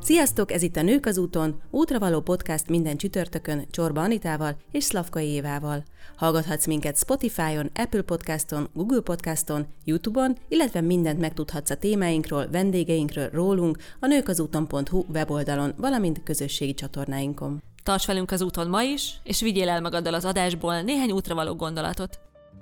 Sziasztok, ez itt a Nők az úton, útravaló podcast minden csütörtökön Csorba Anitával és Szlavkai Évával. Hallgathatsz minket Spotify-on, Apple Podcaston, Google Podcaston, YouTube-on, illetve mindent megtudhatsz a témáinkról, vendégeinkről, rólunk a nőkazúton.hu weboldalon, valamint közösségi csatornáinkon. Tarts velünk az úton ma is, és vigyél el magaddal az adásból néhány útravaló gondolatot.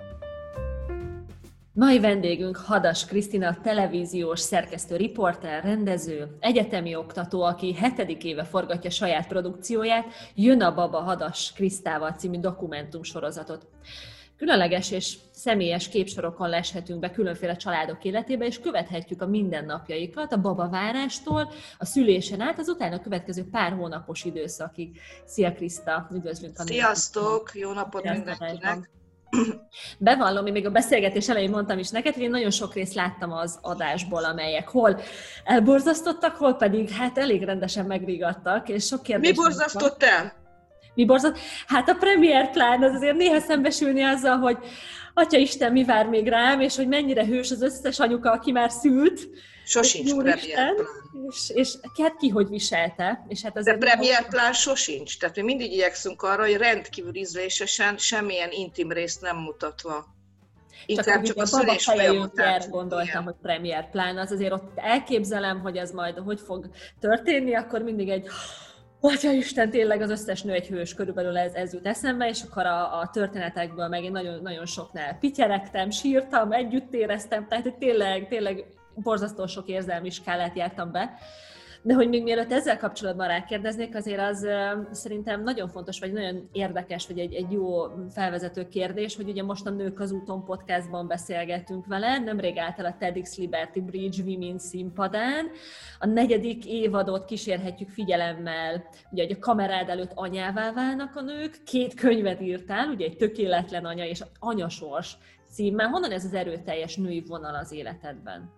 Mai vendégünk Hadas Krisztina, televíziós szerkesztő, riporter, rendező, egyetemi oktató, aki 7. éve forgatja saját produkcióját, Jön a baba Hadas Krisztával című dokumentumsorozatot. Különleges és személyes képsorokon leshetünk be különféle családok életébe, és követhetjük a mindennapjaikat, a babavárástól, a szülésen át, az utána következő pár hónapos időszakig. Szia Kriszta, üdvözlünk a Sziasztok, jó napot mindenkinek! Bevallom, én még a beszélgetés elején mondtam is neked, hogy én nagyon sok részt láttam az adásból, amelyek hol elborzasztottak, hol pedig hát elég rendesen megrigadtak, és sok kérdés. Mi borzasztott el? Mi borzasztott? Hát a premier plán az azért néha szembesülni azzal, hogy Atyaisten, mi vár még rám, és hogy mennyire hős az összes anyuka, aki már szült. Sosincs premier plán. És hát ki hogy viselte. És hát de premier plán sosincs. Tehát mi mindig igyekszünk arra, hogy rendkívül ízlésesen, semmilyen intim részt nem mutatva. Inkább csak a szülés folyamátát. Gondoltam, hogy premier plán, az azért ott elképzelem, hogy ez majd hogy fog történni, akkor mindig egy Atyaisten, tényleg az összes nő egy hős, körülbelül ez jut eszembe, és akkor a történetekből meg én nagyon, nagyon soknál pityeregtem, sírtam, együtt éreztem, tehát hogy tényleg borzasztó sok érzelmi skálát jártam be. De hogy még mielőtt ezzel kapcsolatban rákérdeznék, azért az szerintem nagyon fontos, vagy nagyon érdekes, vagy egy jó felvezető kérdés, hogy ugye most a Nők az úton podcastban beszélgettünk vele, nemrég állt el a TEDx Liberty Bridge Women színpadán. A 4. évadot kísérhetjük figyelemmel, ugye, hogy a kamerád előtt anyává válnak a nők, 2 könyvet írtál, ugye egy Tökéletlen anya és Anyasors címmel. Honnan ez az erőteljes női vonal az életedben?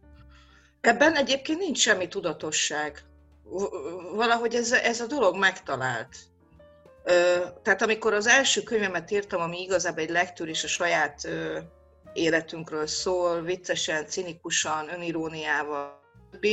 Ebben egyébként nincs semmi tudatosság. Valahogy ez a dolog megtalált. Tehát amikor az első könyvemet írtam, ami igazából egy lektűr és a saját életünkről szól, viccesen, cinikusan, öniróniával,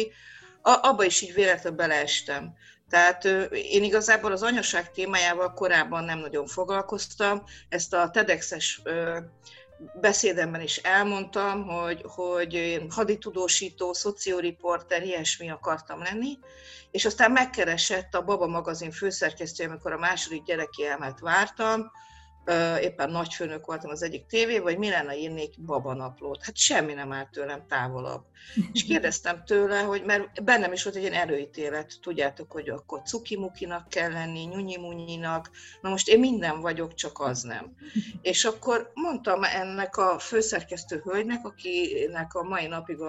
abba is így véletlenül beleestem. Tehát én igazából az anyaság témájával korábban nem nagyon foglalkoztam. Ezt a TEDx-es beszédemben is elmondtam, hogy én haditudósító, szocioriporter, ilyesmi akartam lenni, és aztán megkeresett a Baba magazin főszerkesztője, amikor a 2. gyerekémet vártam, éppen nagyfőnök voltam az egyik tévében, hogy mi lenne, írnék babanaplót. Hát semmi nem állt tőlem távolabb. És kérdeztem tőle, hogy mert bennem is volt egy ilyen előítélet, tudjátok, hogy akkor cukimukinak kell lenni, nyunyimunyinak, na most én minden vagyok, csak az nem. És akkor mondtam ennek a főszerkesztő hölgynek, akinek a mai napig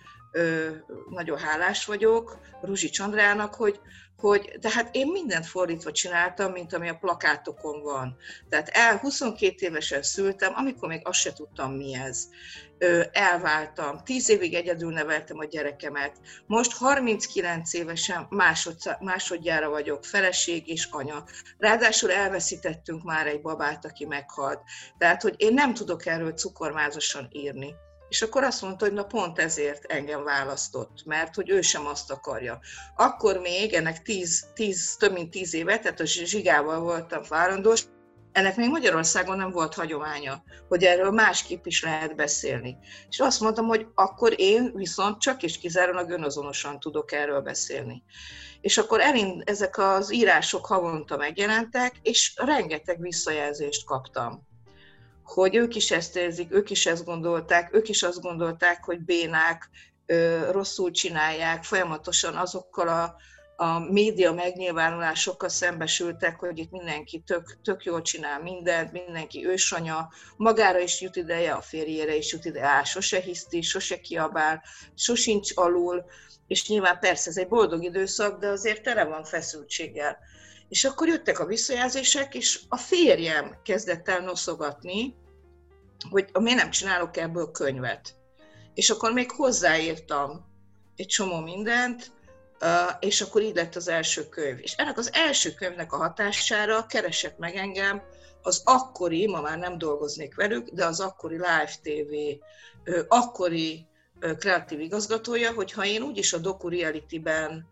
nagyon hálás vagyok, Ruzsi Csandrának, hogy de hát én mindent fordítva csináltam, mint ami a plakátokon van. Tehát 22 évesen szültem, amikor még azt se tudtam, mi ez. Elváltam, 10 évig egyedül neveltem a gyerekemet. Most 39 évesen másodjára vagyok feleség és anya. Ráadásul elveszítettünk már egy babát, aki meghalt. Tehát, hogy én nem tudok erről cukormázosan írni. És akkor azt mondta, hogy na pont ezért engem választott, mert hogy ő sem azt akarja. Akkor még ennek több mint 10 éve, tehát a Zsigával voltam várandós, ennek még Magyarországon nem volt hagyománya, hogy erről másképp is lehet beszélni. És azt mondtam, hogy akkor én viszont csak és kizárólag önazonosan tudok erről beszélni. És akkor ezek az írások havonta megjelentek, és rengeteg visszajelzést kaptam. Hogy ők is ezt érzik, ők is ezt gondolták, ők is azt gondolták, hogy bénák, rosszul csinálják, folyamatosan azokkal a média megnyilvánulásokkal szembesültek, hogy itt mindenki tök jól csinál mindent, mindenki ősanya, magára is jut ideje, a férjére is jut ideje, sose hiszti, sose kiabál, sosincs alul, és nyilván persze ez egy boldog időszak, de azért tele van feszültséggel. És akkor jöttek a visszajelzések, és a férjem kezdett el noszogatni, hogy miért nem csinálok ebből könyvet. És akkor még hozzáírtam egy csomó mindent, és akkor így lett az első könyv. És ennek az első könyvnek a hatására keresett meg engem az akkori, ma már nem dolgoznék velük, de az akkori Live TV, akkori kreatív igazgatója, hogy ha én úgyis a doku reality-ben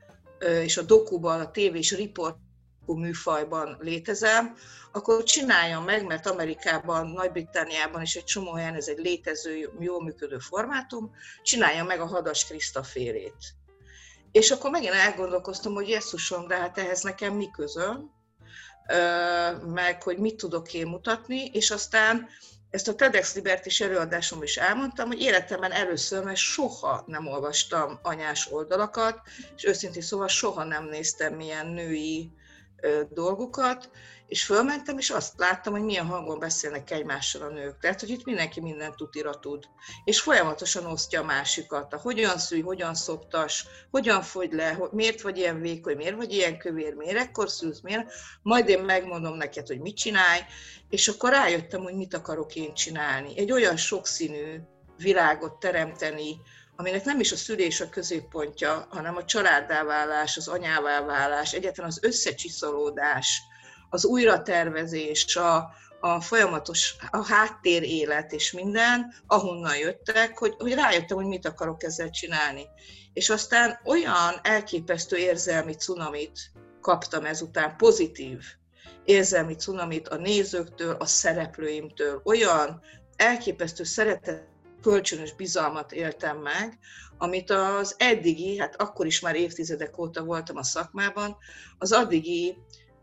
és a dokuban, a tévés riport műfajban létezem, akkor csináljam meg, mert Amerikában, Nagy-Britanniában és egy csomó helyen ez egy létező, jól működő formátum, csináljam meg a Hadas Kriszta félét. És akkor megint elgondolkoztam, hogy jesszusom, de hát ehhez nekem mi közöm, meg hogy mit tudok én mutatni, és aztán ezt a TEDx Liberty előadásom is elmondtam, hogy életemben először, mert soha nem olvastam anyás oldalakat, és őszintén szóval soha nem néztem milyen női dolgokat, és fölmentem, és azt láttam, hogy milyen hangon beszélnek egymással a nők. Tehát, hogy itt mindenki mindent tutira tud. És folyamatosan osztja a másikat. Hogyan szülj, hogyan szoptas, hogyan fogy le, miért vagy ilyen vékony, miért vagy ilyen kövér, miért ekkor szülsz, miért. Majd én megmondom neked, hogy mit csinálj, és akkor rájöttem, hogy mit akarok én csinálni. Egy olyan sokszínű világot teremteni, aminek nem is a szülés a középpontja, hanem a családdá válás, az anyává válás, egyáltalán az összecsiszolódás, az újratervezés, a folyamatos háttérélet és minden, ahonnan jöttek, hogy rájöttem, hogy mit akarok ezzel csinálni. És aztán olyan elképesztő érzelmi cunamit kaptam ezután, pozitív érzelmi cunamit a nézőktől, a szereplőimtől, olyan elképesztő szeretet, kölcsönös bizalmat éltem meg, amit az eddigi, hát akkor is már évtizedek óta voltam a szakmában, az addigi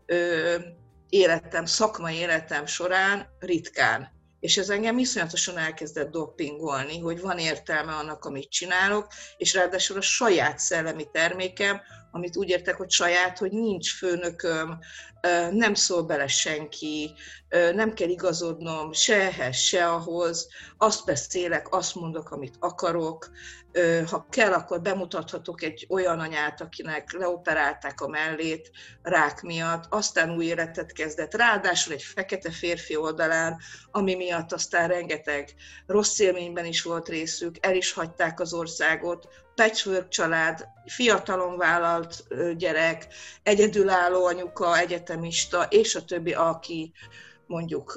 szakmai életem során ritkán. És ez engem iszonyatosan elkezdett doppingolni, hogy van értelme annak, amit csinálok, és ráadásul a saját szellemi termékem, amit úgy értek, hogy saját, hogy nincs főnököm, nem szól bele senki, nem kell igazodnom se ehhez, se ahhoz, azt beszélek, azt mondok, amit akarok, ha kell, akkor bemutathatok egy olyan anyát, akinek leoperálták a mellét rák miatt, aztán új életet kezdett, ráadásul egy fekete férfi oldalán, ami miatt aztán rengeteg rossz élményben is volt részük, el is hagyták az országot, patchwork család, fiatalon vállalt gyerek, egyedülálló anyuka, egyetemista, és a többi, aki mondjuk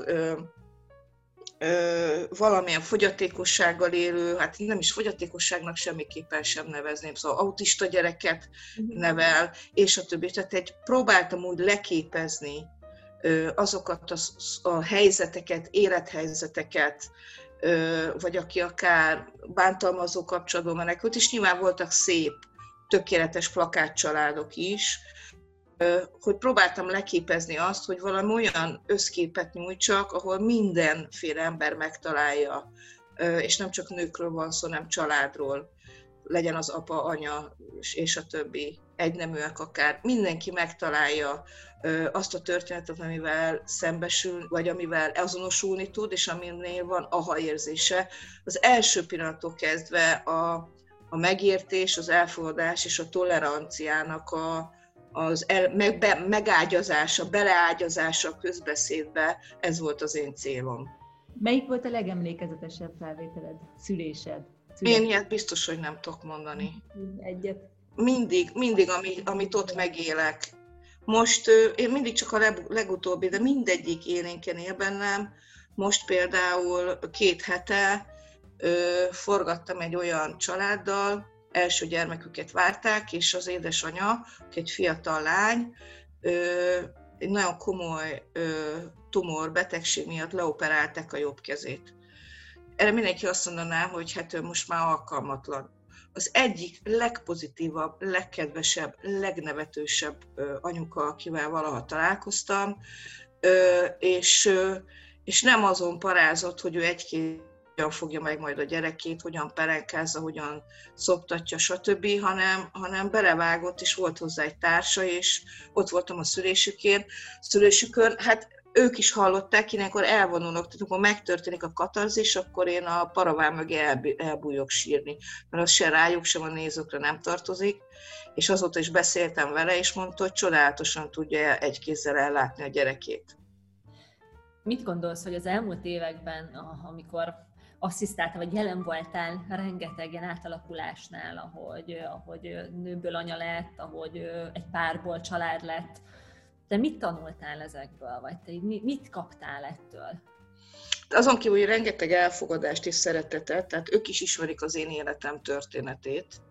valamilyen fogyatékossággal élő, hát nem is fogyatékosságnak semmiképpen sem nevezném, szóval autista gyereket nevel, és a többi. Tehát próbáltam úgy leképezni azokat a helyzeteket, élethelyzeteket, vagy aki akár bántalmazó kapcsolatban menekült, és nyilván voltak szép, tökéletes plakátcsaládok is, hogy próbáltam leképezni azt, hogy valami olyan összképet nyújtsak, ahol mindenféle ember megtalálja, és nem csak nőkről van szó, hanem családról, legyen az apa, anya, és a többi, egyneműek akár. Mindenki megtalálja azt a történetet, amivel szembesül, vagy amivel azonosulni tud, és aminél van aha érzése. Az első pillanattól kezdve a megértés, az elfogadás és a toleranciának az megágyazása, beleágyazása a közbeszédbe, ez volt az én célom. Melyik volt a legemlékezetesebb felvételed, szülésed? Én ilyet biztos, hogy nem tudok mondani. Egyet. Mindig amit ott megélek. Most én mindig csak a legutóbbi, de mindegyik élénken él bennem. Most például 2 hete forgattam egy olyan családdal, első gyermeküket várták, és az édesanyja, egy fiatal lány, egy nagyon komoly tumorbetegség miatt leoperálták a jobb kezét. Erre mindenki azt mondaná, hogy hát ő most már alkalmatlan. Az egyik legpozitívabb, legkedvesebb, legnevetősebb anyuka, akivel valaha találkoztam, és nem azon parázott, hogy ő egy-két hogyan fogja meg majd a gyerekét, hogyan perenkázza, hogyan szoptatja, stb., hanem belevágott, és volt hozzá egy társa, és ott voltam a szülésükön. Hát ők is hallották, ilyenkor elvonulok, tehát amikor megtörténik a katarzis, akkor én a paraván mögé elbújok sírni, mert az se rájuk, sem a nézőkre nem tartozik, és azóta is beszéltem vele, és mondta, hogy csodálatosan tudja egy kézzel ellátni a gyerekét. Mit gondolsz, hogy az elmúlt években, amikor asszisztáltál, vagy jelen voltál rengeteg ilyen átalakulásnál, ahogy nőből anya lett, ahogy egy párból család lett, te mit tanultál ezekből, vagy te mit kaptál ettől? Azon kívül, hogy rengeteg elfogadást és szeretetet, tehát ők is ismerik az én életem történetét.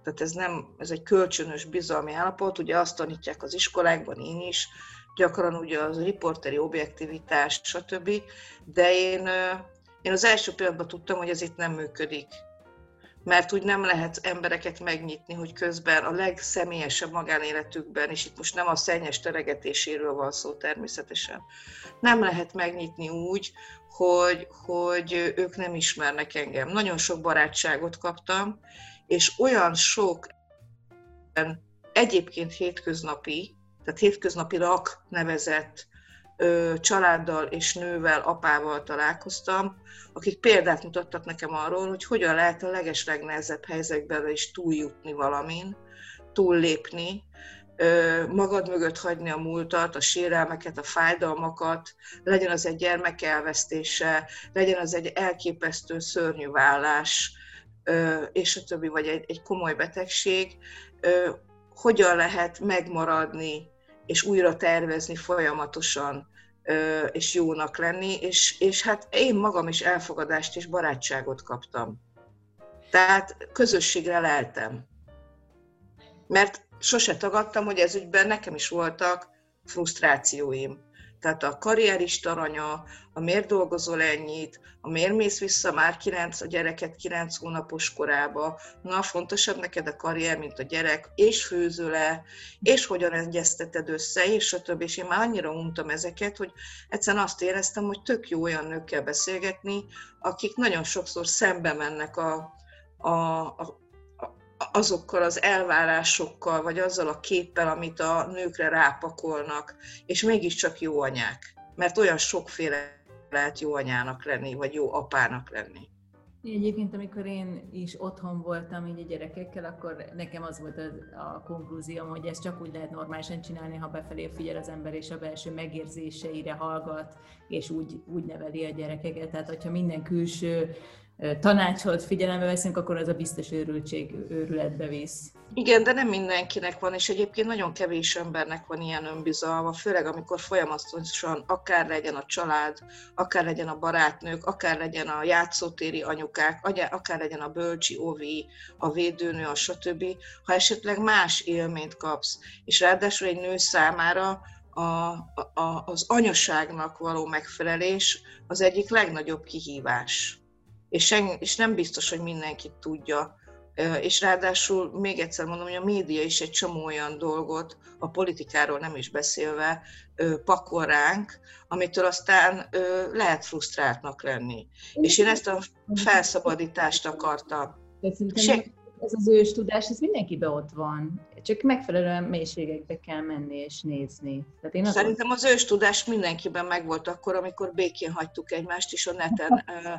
Tehát ez egy kölcsönös bizalmi állapot, ugye azt tanítják az iskolákban, én is, gyakran ugye az riporteri objektivitás, stb. De én az első pillanatban tudtam, hogy ez itt nem működik. Mert úgy nem lehet embereket megnyitni, hogy közben a legszemélyesebb magánéletükben, és itt most nem a szennyes teregetéséről van szó természetesen, nem lehet megnyitni úgy, hogy ők nem ismernek engem. Nagyon sok barátságot kaptam, és olyan sok egyébként hétköznapi, tehát hétköznapinak nevezett családdal és nővel, apával találkoztam, akik példát mutattak nekem arról, hogy hogyan lehet a legeslegnehezebb helyzetben is túljutni valamin, túllépni, magad mögött hagyni a múltat, a sérelmeket, a fájdalmakat, legyen az egy gyermek elvesztése, legyen az egy elképesztő szörnyű vállás, és a többi, vagy egy komoly betegség, hogyan lehet megmaradni, és újra tervezni folyamatosan, és jónak lenni, és hát én magam is elfogadást és barátságot kaptam. Tehát közösségre leltem. Mert sose tagadtam, hogy ez ügyben nekem is voltak frusztrációim. Tehát a karrierista aranya, a miért dolgozol ennyit, a miért mész vissza már a gyereket 9 hónapos korába, na fontosabb neked a karrier, mint a gyerek, és főzöl-e, és hogyan egyezteted össze, és a többi. És én már annyira untam ezeket, hogy egyszerűen azt éreztem, hogy tök jó olyan nőkkel beszélgetni, akik nagyon sokszor szembe mennek azokkal az elvárásokkal, vagy azzal a képpel, amit a nőkre rápakolnak, és mégiscsak jó anyák. Mert olyan sokféle lehet jó anyának lenni, vagy jó apának lenni. Egyébként, amikor én is otthon voltam így a gyerekekkel, akkor nekem az volt a konklúzióm, hogy ezt csak úgy lehet normálisan csinálni, ha befelé figyel az ember, és a belső megérzéseire hallgat, és úgy neveli a gyerekeket. Tehát, hogyha minden külső tanácsot figyelembe veszünk, akkor az a biztos őrületbe visz. Igen, de nem mindenkinek van, és egyébként nagyon kevés embernek van ilyen önbizalma, főleg amikor folyamatosan akár legyen a család, akár legyen a barátnők, akár legyen a játszótéri anyukák, akár legyen a bölcsi, ovi, a védőnő, a stb. Ha esetleg más élményt kapsz, és ráadásul egy nő számára az anyaságnak való megfelelés az egyik legnagyobb kihívás. És nem biztos, hogy mindenki tudja. És ráadásul még egyszer mondom, hogy a média is egy csomó olyan dolgot, a politikáról nem is beszélve, pakol ránk, amitől aztán lehet frusztráltnak lenni. És én ezt a felszabadítást akartam. Ez az ős tudás, ez mindenkiben ott van. Csak megfelelően mélységekbe kell menni és nézni. Tehát szerintem az ős tudás mindenkiben megvolt akkor, amikor békén hagytuk egymást, és a neten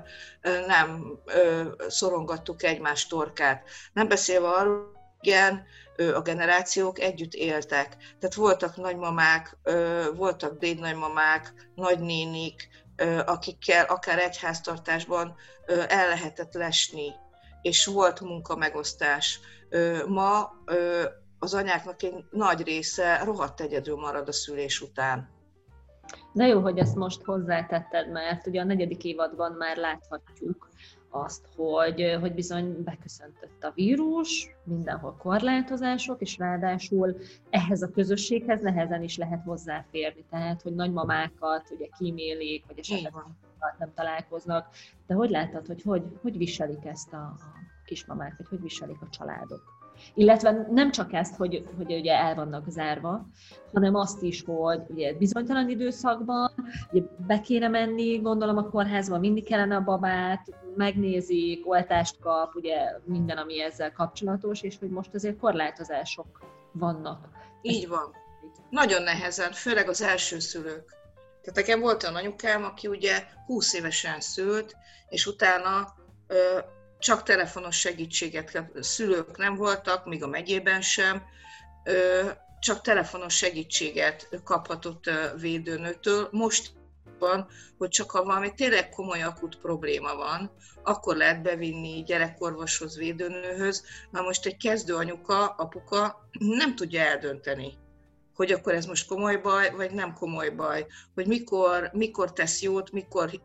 nem szorongattuk egymás torkát. Nem beszélve arról, igen, a generációk együtt éltek. Tehát voltak nagymamák, voltak dédnagymamák, nagynénik, akikkel akár egy háztartásban el lehetett lesni, és volt munkamegosztás. Ma az anyáknak egy nagy része rohadt egyedül marad a szülés után. De jó, hogy ezt most hozzátetted, mert ugye a 4. évadban már láthatjuk azt, hogy bizony beköszöntött a vírus, mindenhol korlátozások, és ráadásul ehhez a közösséghez nehezen is lehet hozzáférni. Tehát, hogy nagymamákat ugye kímélik, vagy esetleg nem találkoznak. De hogy látod, hogy viselik ezt a kismamák, vagy hogy viselik a családok? Illetve nem csak ezt, hogy ugye el vannak zárva, hanem azt is, hogy ugye bizonytalan időszakban ugye be kéne menni, gondolom a kórházba, vinni kellene a babát, megnézik, oltást kap, ugye minden, ami ezzel kapcsolatos, és hogy most azért korlátozások vannak. Így van. Nagyon nehezen, főleg az elsőszülők. Tehát nekem volt olyan anyukám, aki ugye 20 évesen szült, és utána csak telefonos segítséget, szülők nem voltak, még a megyében sem, csak telefonos segítséget kaphatott védőnőtől. Most van, hogy csak ha valami tényleg komoly akut probléma van, akkor lehet bevinni gyerekorvoshoz, védőnőhöz. Na most egy kezdő anyuka, apuka nem tudja eldönteni, hogy akkor ez most komoly baj, vagy nem komoly baj, hogy mikor tesz jót, mikor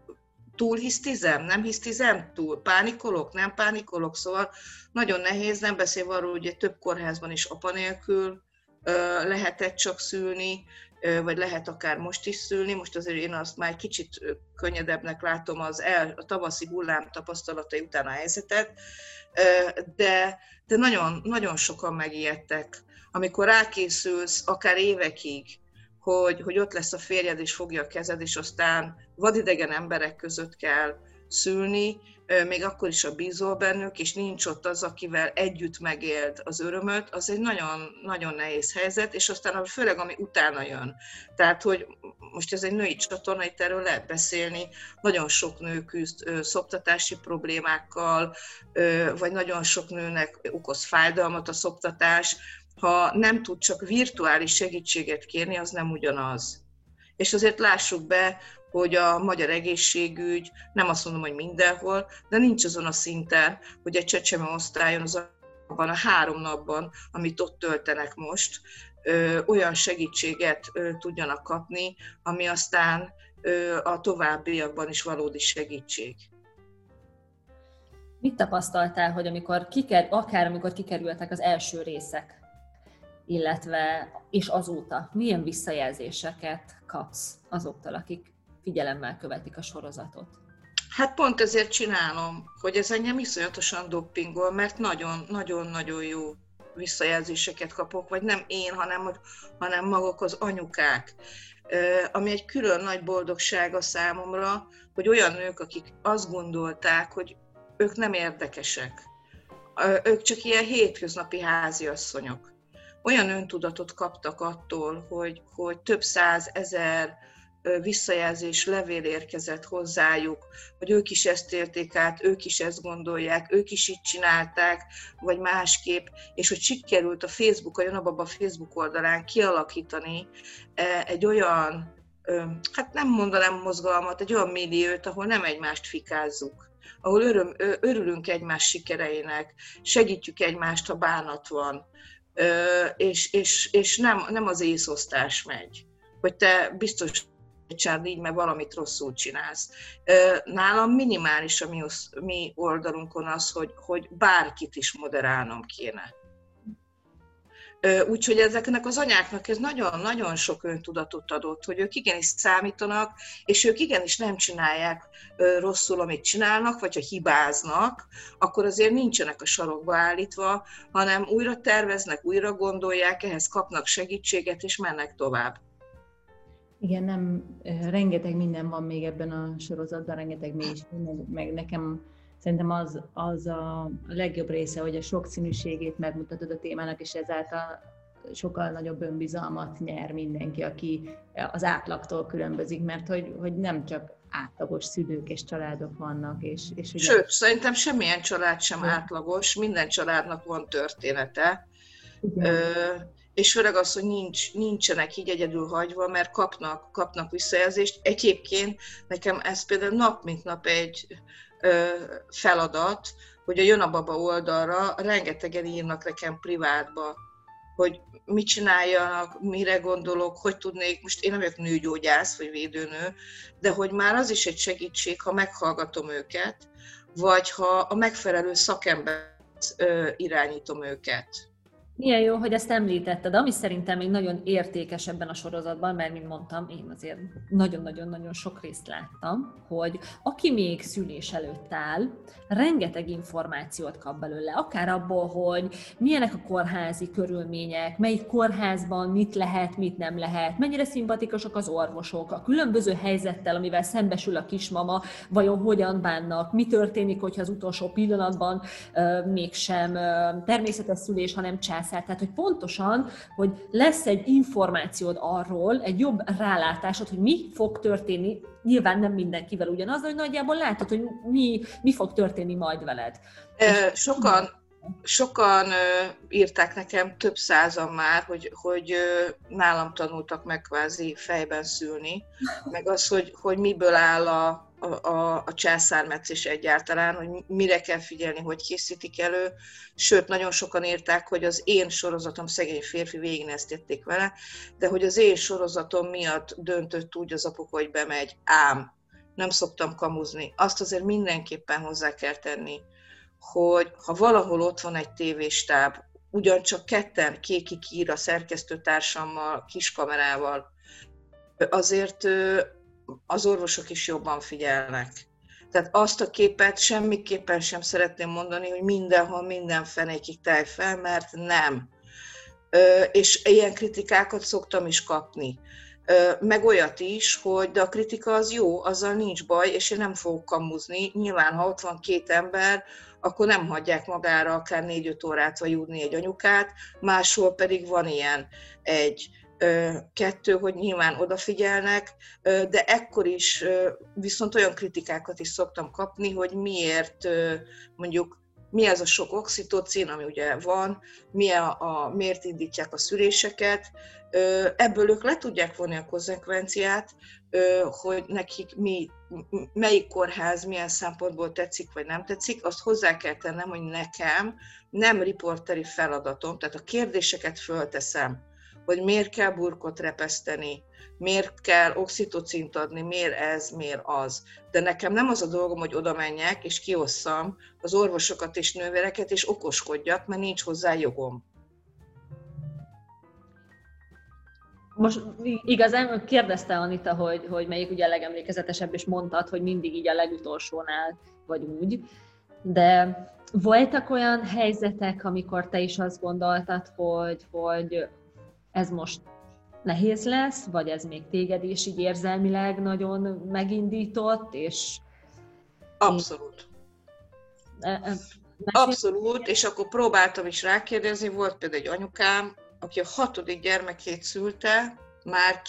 túl hisztizem, nem hisztizem túl, pánikolok, nem pánikolok, szóval nagyon nehéz, nem beszélve arról, hogy több kórházban is apa nélkül lehetett csak szülni, vagy lehet akár most is szülni, most azért én azt már egy kicsit könnyedebbnek látom a tavaszi hullám tapasztalatai után a helyzetet, de nagyon, nagyon sokan megijedtek. Amikor rákészülsz akár évekig, hogy ott lesz a férjed és fogja a kezed, és aztán vadidegen emberek között kell szülni, még akkor is a bízol bennük, és nincs ott az, akivel együtt megéld az örömöt, az egy nagyon, nagyon nehéz helyzet, és aztán főleg ami utána jön. Tehát, hogy most ez egy női csatorna, itt erről lehet beszélni, nagyon sok nő küzd szoptatási problémákkal, vagy nagyon sok nőnek okoz fájdalmat a szoptatás. Ha nem tud csak virtuális segítséget kérni, az nem ugyanaz. És azért lássuk be, hogy a magyar egészségügy, nem azt mondom, hogy mindenhol, de nincs azon a szinten, hogy egy csecsemő osztályon abban a 3 napban, amit ott töltenek most, olyan segítséget tudjanak kapni, ami aztán a továbbiakban is valódi segítség. Mit tapasztaltál, hogy amikor kikerültek az első részek, illetve és azóta milyen visszajelzéseket kapsz azoktól, akik figyelemmel követik a sorozatot? Hát pont ezért csinálom, hogy ez engem iszonyatosan doppingol, mert nagyon-nagyon jó visszajelzéseket kapok, vagy nem én, hanem maguk az anyukák. Ami egy külön nagy boldogság a számomra, hogy olyan nők, akik azt gondolták, hogy ők nem érdekesek, ők csak ilyen hétköznapi háziasszonyok. Olyan öntudatot kaptak attól, hogy több 100 000 visszajelzés, levél érkezett hozzájuk, hogy ők is ezt érték át, ők is ezt gondolják, ők is így csinálták, vagy másképp, és hogy sikerült a Jönababa Facebook oldalán kialakítani egy olyan, hát nem mondanám mozgalmat, egy olyan milliót, ahol nem egymást fikázzuk, ahol örülünk egymás sikereinek, segítjük egymást, ha bánat van, és nem az észosztás megy, hogy te biztos csináld így, mert valamit rosszul csinálsz. Nálam minimális a mi oldalunkon az, hogy bárkit is moderálnom kéne. Úgyhogy ezeknek az anyáknak ez nagyon-nagyon sok öntudatot adott, hogy ők igenis számítanak, és ők igenis nem csinálják rosszul, amit csinálnak, vagy ha hibáznak, akkor azért nincsenek a sarokba állítva, hanem újra terveznek, újra gondolják, ehhez kapnak segítséget, és mennek tovább. Igen, rengeteg minden van még ebben a sorozatban, rengeteg mélység, meg nekem szerintem az a legjobb része, hogy a sokszínűségét megmutatod a témának, és ezáltal sokkal nagyobb önbizalmat nyer mindenki, aki az átlagtól különbözik, mert hogy nem csak átlagos szülők és családok vannak. Sőt, szerintem semmilyen család sem átlagos, minden családnak van története. És főleg az, hogy nincsenek így egyedül hagyva, mert kapnak visszajelzést. Egyébként nekem ez például nap mint nap egy feladat, hogy a Jönababa oldalra rengetegen írnak nekem privátba, hogy mit csináljanak, mire gondolok, hogy tudnék, most én nem vagyok nőgyógyász vagy védőnő, de hogy már az is egy segítség, ha meghallgatom őket, vagy ha a megfelelő szakembert irányítom őket. Milyen jó, hogy ezt említetted, ami szerintem még nagyon értékes ebben a sorozatban, mert mint mondtam, én azért nagyon-nagyon-nagyon sok részt láttam, hogy aki még szülés előtt áll, rengeteg információt kap belőle, akár abból, hogy milyenek a kórházi körülmények, melyik kórházban mit lehet, mit nem lehet, mennyire szimpatikusak az orvosok, a különböző helyzettel, amivel szembesül a kismama, vajon hogyan bánnak, mi történik, hogyha az utolsó pillanatban mégsem természetes szülés, hanem császár. Tehát, hogy pontosan, hogy lesz egy információd arról, egy jobb rálátásod, hogy mi fog történni, nyilván nem mindenkivel ugyanaz, de hogy nagyjából látod, hogy mi fog történni majd veled. Sokan írták nekem, több százan már, hogy nálam tanultak meg kvázi fejben szülni, meg az, hogy miből áll a császármetszés egyáltalán, hogy mire kell figyelni, hogy készítik elő. Sőt, nagyon sokan írták, hogy az én sorozatom, szegény férfi, végignéztették vele, de hogy az én sorozatom miatt döntött úgy az apuka, hogy bemegy. Ám nem szoktam kamuzni. Azt azért mindenképpen hozzá kell tenni, hogy ha valahol ott van egy tévéstáb, ugyancsak ketten kékikír a szerkesztőtársammal, kiskamerával, azért az orvosok is jobban figyelnek. Tehát azt a képet semmiképpen sem szeretném mondani, hogy mindenhol minden fenékig táj fel, mert nem. És ilyen kritikákat szoktam is kapni. Meg olyat is, hogy de a kritika az jó, azzal nincs baj, és én nem fogok kamuzni. Nyilván, ha ott van két ember, akkor nem hagyják magára akár 4-5 órát vajúdni egy anyukát, máshol pedig van ilyen 1-2, hogy nyilván odafigyelnek, de ekkor is viszont olyan kritikákat is szoktam kapni, hogy miért mondjuk mi az a sok oxitocin, ami ugye van, miért indítják a szüléseket. Ebből ők le tudják vonni a konzekvenciát, hogy nekik melyik kórház milyen szempontból tetszik vagy nem tetszik. Azt hozzá kell tennem, hogy nekem nem riporteri feladatom, tehát a kérdéseket fölteszem, hogy miért kell burkot repeszteni, miért kell oxitocint adni, miért ez, miért az. De nekem nem az a dolgom, hogy oda menjek és kiosszam az orvosokat és nővéreket, és okoskodjak, mert nincs hozzá jogom. Most igazán kérdezte Anita, hogy melyik ugye a legemlékezetesebb, és mondtad, hogy mindig így a legutolsónál vagy úgy. De voltak olyan helyzetek, amikor te is azt gondoltad, hogy ez most nehéz lesz, vagy ez még téged is így érzelmileg nagyon megindított, és... Abszolút. Abszolút, és akkor próbáltam is rákérdezni, volt például egy anyukám, aki a 6. gyermekét szülte, már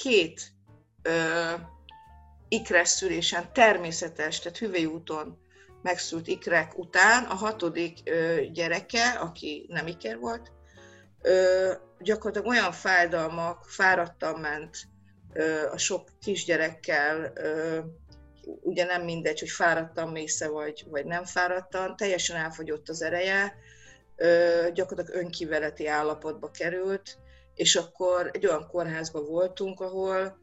2 ikres szülésen, természetes, tehát hüvelyúton megszült ikrek után, a 6. gyereke, aki nem iker volt, gyakorlatilag olyan fájdalmak, fáradtan ment a sok kisgyerekkel, ugye nem mindegy, hogy fáradtan mésze vagy nem fáradtan, teljesen elfogyott az ereje, gyakorlatilag önkiveleti állapotba került, és akkor egy olyan kórházban voltunk, ahol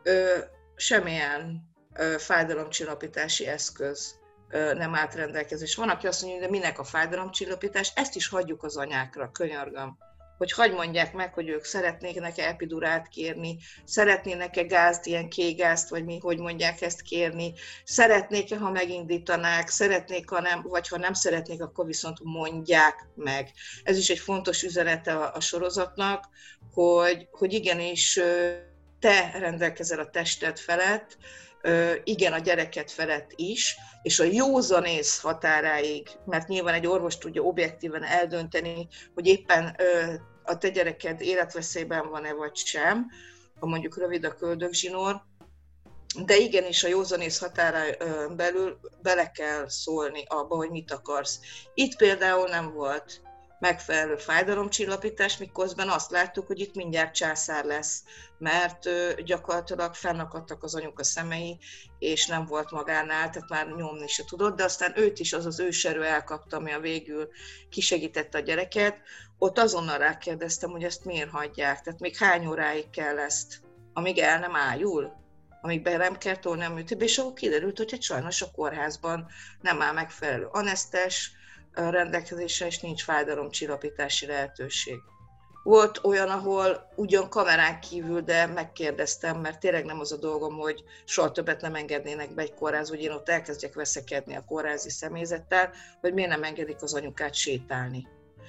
semmilyen fájdalomcsillapítási eszköz nem állt rendelkezés. Van, aki azt mondja, hogy de minek a fájdalomcsillapítás, ezt is hagyjuk az anyákra, könyörgöm. Hogy hadd mondják meg, hogy ők szeretnének-e epidurát kérni, szeretnének-e gázt, ilyen kégázt, vagy mi, hogy mondják ezt kérni, szeretnék-e, ha megindítanák, szeretnék, ha nem, vagy ha nem szeretnék, akkor viszont mondják meg. Ez is egy fontos üzenete a sorozatnak, hogy igenis te rendelkezel a tested felett, igen, a gyereket felett is, és a józanész határáig, mert nyilván egy orvos tudja objektíven eldönteni, hogy éppen a te gyereked életveszélyben van-e vagy sem, ha mondjuk rövid a köldögzsinór, de igenis a józanész határán belül bele kell szólni abba, hogy mit akarsz. Itt például nem volt megfelelő fájdalomcsillapítás, miközben azt láttuk, hogy itt mindjárt császár lesz, mert gyakorlatilag fennakadtak az anyuka szemei, és nem volt magánál, tehát már nyomni se tudott, de aztán őt is az őserő elkapta, ami a végül kisegítette a gyereket. Ott azonnal rákérdeztem, hogy ezt miért hagyják, tehát még hány óráig kell ezt, amíg el nem ájul, amíg be nem kell tolni a műtőbe, és akkor kiderült, hogy hát sajnos a kórházban nem áll megfelelő anesztes rendelkezésre, és nincs fájdalomcsillapítási lehetőség. Volt olyan, ahol ugyan kamerán kívül, de megkérdeztem, mert tényleg nem az a dolgom, hogy soha többet nem engednének be egy kórház, hogy én ott elkezdjek veszekedni a kórházi személyzettel, hogy miért nem engedik az anyukát sétálni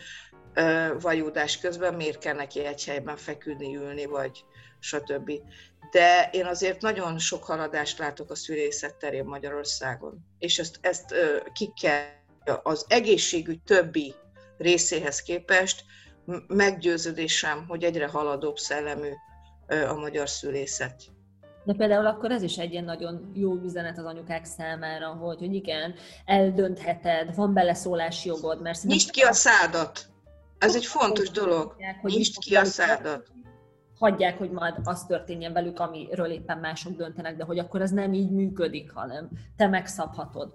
vajúdás közben, miért kell neki egy helyben feküdni, ülni, vagy stb. De én azért nagyon sok haladást látok a szülészet terén Magyarországon, és ezt ki kell az egészségügy többi részéhez képest meggyőződésem, hogy egyre haladóbb szellemű a magyar szülészet. De például akkor ez is egy ilyen nagyon jó üzenet az anyukák számára, hogy igen, eldöntheted, van beleszólási jogod, mert... Nyisd ki a szádat! Ez egy fontos dolog. Nyisd ki a szádat! Hagyják, hogy majd az történjen velük, amiről éppen mások döntenek, de hogy akkor ez nem így működik, hanem te megszabhatod.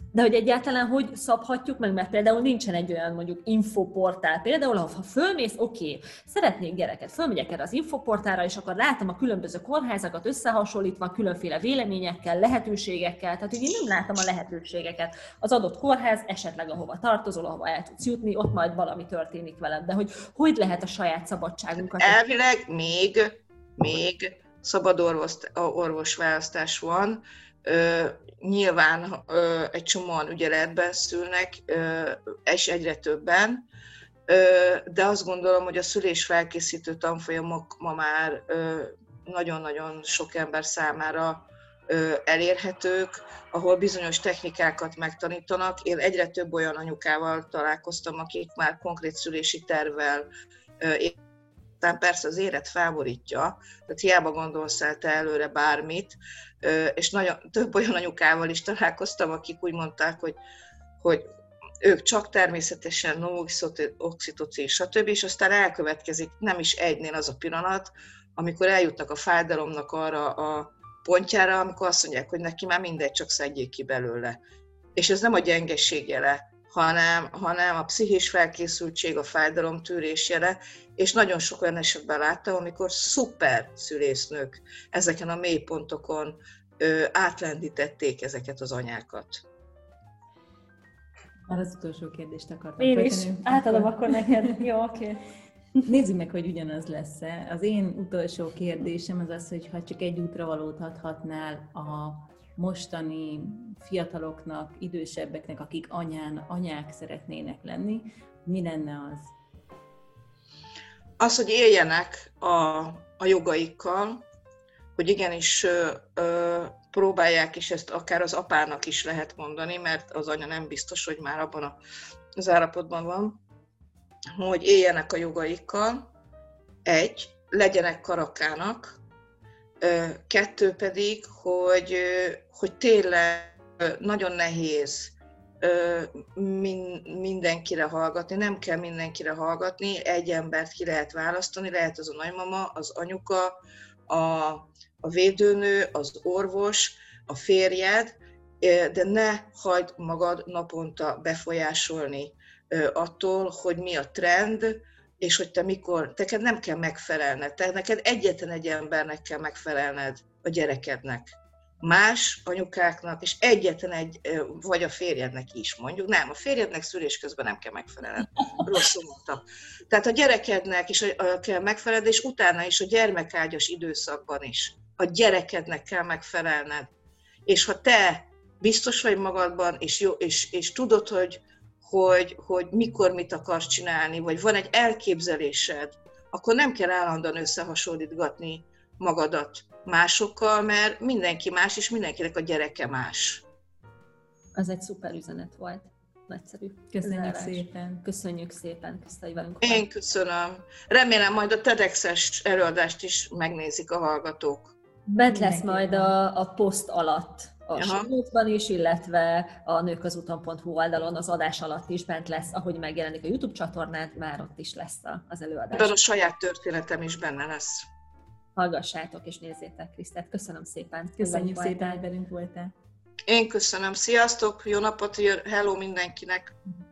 De hogy egyáltalán hogy szabhatjuk meg, mert például nincsen egy olyan mondjuk infoportál, például ha fölmész, szeretnék gyereket, fölmegyek erre az infoportálra, és akkor látom a különböző kórházakat összehasonlítva, különféle véleményekkel, lehetőségekkel, tehát hogy én nem látom a lehetőségeket. Az adott kórház, esetleg ahova tartozol, ahova el tudsz jutni, ott majd valami történik veled, de hogy lehet a saját szabadságunkat? Elvileg még szabad orvosválasztás van. Nyilván egy csomóan ügyeletben szülnek, és egyre többen, de azt gondolom, hogy a szülésfelkészítő tanfolyamok ma már nagyon-nagyon sok ember számára elérhetők, ahol bizonyos technikákat megtanítanak. Én egyre több olyan anyukával találkoztam, akik már konkrét szülési tervvel, aztán persze az élet felborítja, tehát hiába gondolsz el te előre bármit, és több olyan anyukával is találkoztam, akik úgy mondták, hogy ők csak természetesen oxitocin, stb. És aztán elkövetkezik nem is egynél az a pillanat, amikor eljutnak a fájdalomnak arra a pontjára, amikor azt mondják, hogy neki már mindegy, csak szedjék ki belőle. És ez nem a gyengeség jele, hanem a pszichés felkészültség, a fájdalomtűrés jele, és nagyon sok olyan esetben láttam, amikor szuper szülésznők ezeken a mélypontokon átlendítették ezeket az anyákat. Már az utolsó kérdést akartam. Én is. Átadom akkor neked. Jó, oké. Nézzük meg, hogy ugyanaz lesz-e. Az én utolsó kérdésem az az, hogy ha csak egy útravalót adhatnál a mostani fiataloknak, idősebbeknek, akik anyák szeretnének lenni, mi lenne az? Az, hogy éljenek a jogaikkal, hogy igenis próbálják, és ezt akár az apának is lehet mondani, mert az anya nem biztos, hogy már abban az állapotban van, hogy éljenek a jogaikkal, legyenek karakának, 2 pedig, hogy tényleg nagyon nehéz mindenkire hallgatni, nem kell mindenkire hallgatni, egy embert ki lehet választani, lehet az a nagymama, az anyuka, a védőnő, az orvos, a férjed, de ne hagyd magad naponta befolyásolni attól, hogy mi a trend, és hogy neked nem kell megfelelned, neked egyetlen egy embernek kell megfelelned a gyerekednek. Más anyukáknak, és egyetlen egy, vagy a férjednek is mondjuk, nem, a férjednek szülés közben nem kell megfelelned, rosszul mondtam. Tehát a gyerekednek is kell megfelelned, és utána is a gyermekágyas időszakban is a gyerekednek kell megfelelned. És ha te biztos vagy magadban, és tudod, hogy mikor mit akarsz csinálni, vagy van egy elképzelésed, akkor nem kell állandóan összehasonlítgatni magadat másokkal, mert mindenki más, és mindenkinek a gyereke más. Az egy szuper üzenet volt. Nagyszerű. Köszönjük szépen. Köszönjük szépen, Kriszta, hogy velünk volt. Én köszönöm. Remélem majd a TEDx-es előadást is megnézik a hallgatók. Bent lesz majd a poszt alatt a show is, illetve a nőkazúton.hu oldalon az adás alatt is bent lesz, ahogy megjelenik a YouTube csatornád, már ott is lesz az előadás. De a saját történetem is benne lesz. Hallgassátok és nézzétek Krisztát. Köszönöm szépen. Köszönjük szépen, hogy velünk voltál. Én köszönöm. Sziasztok, jó napot, hello mindenkinek!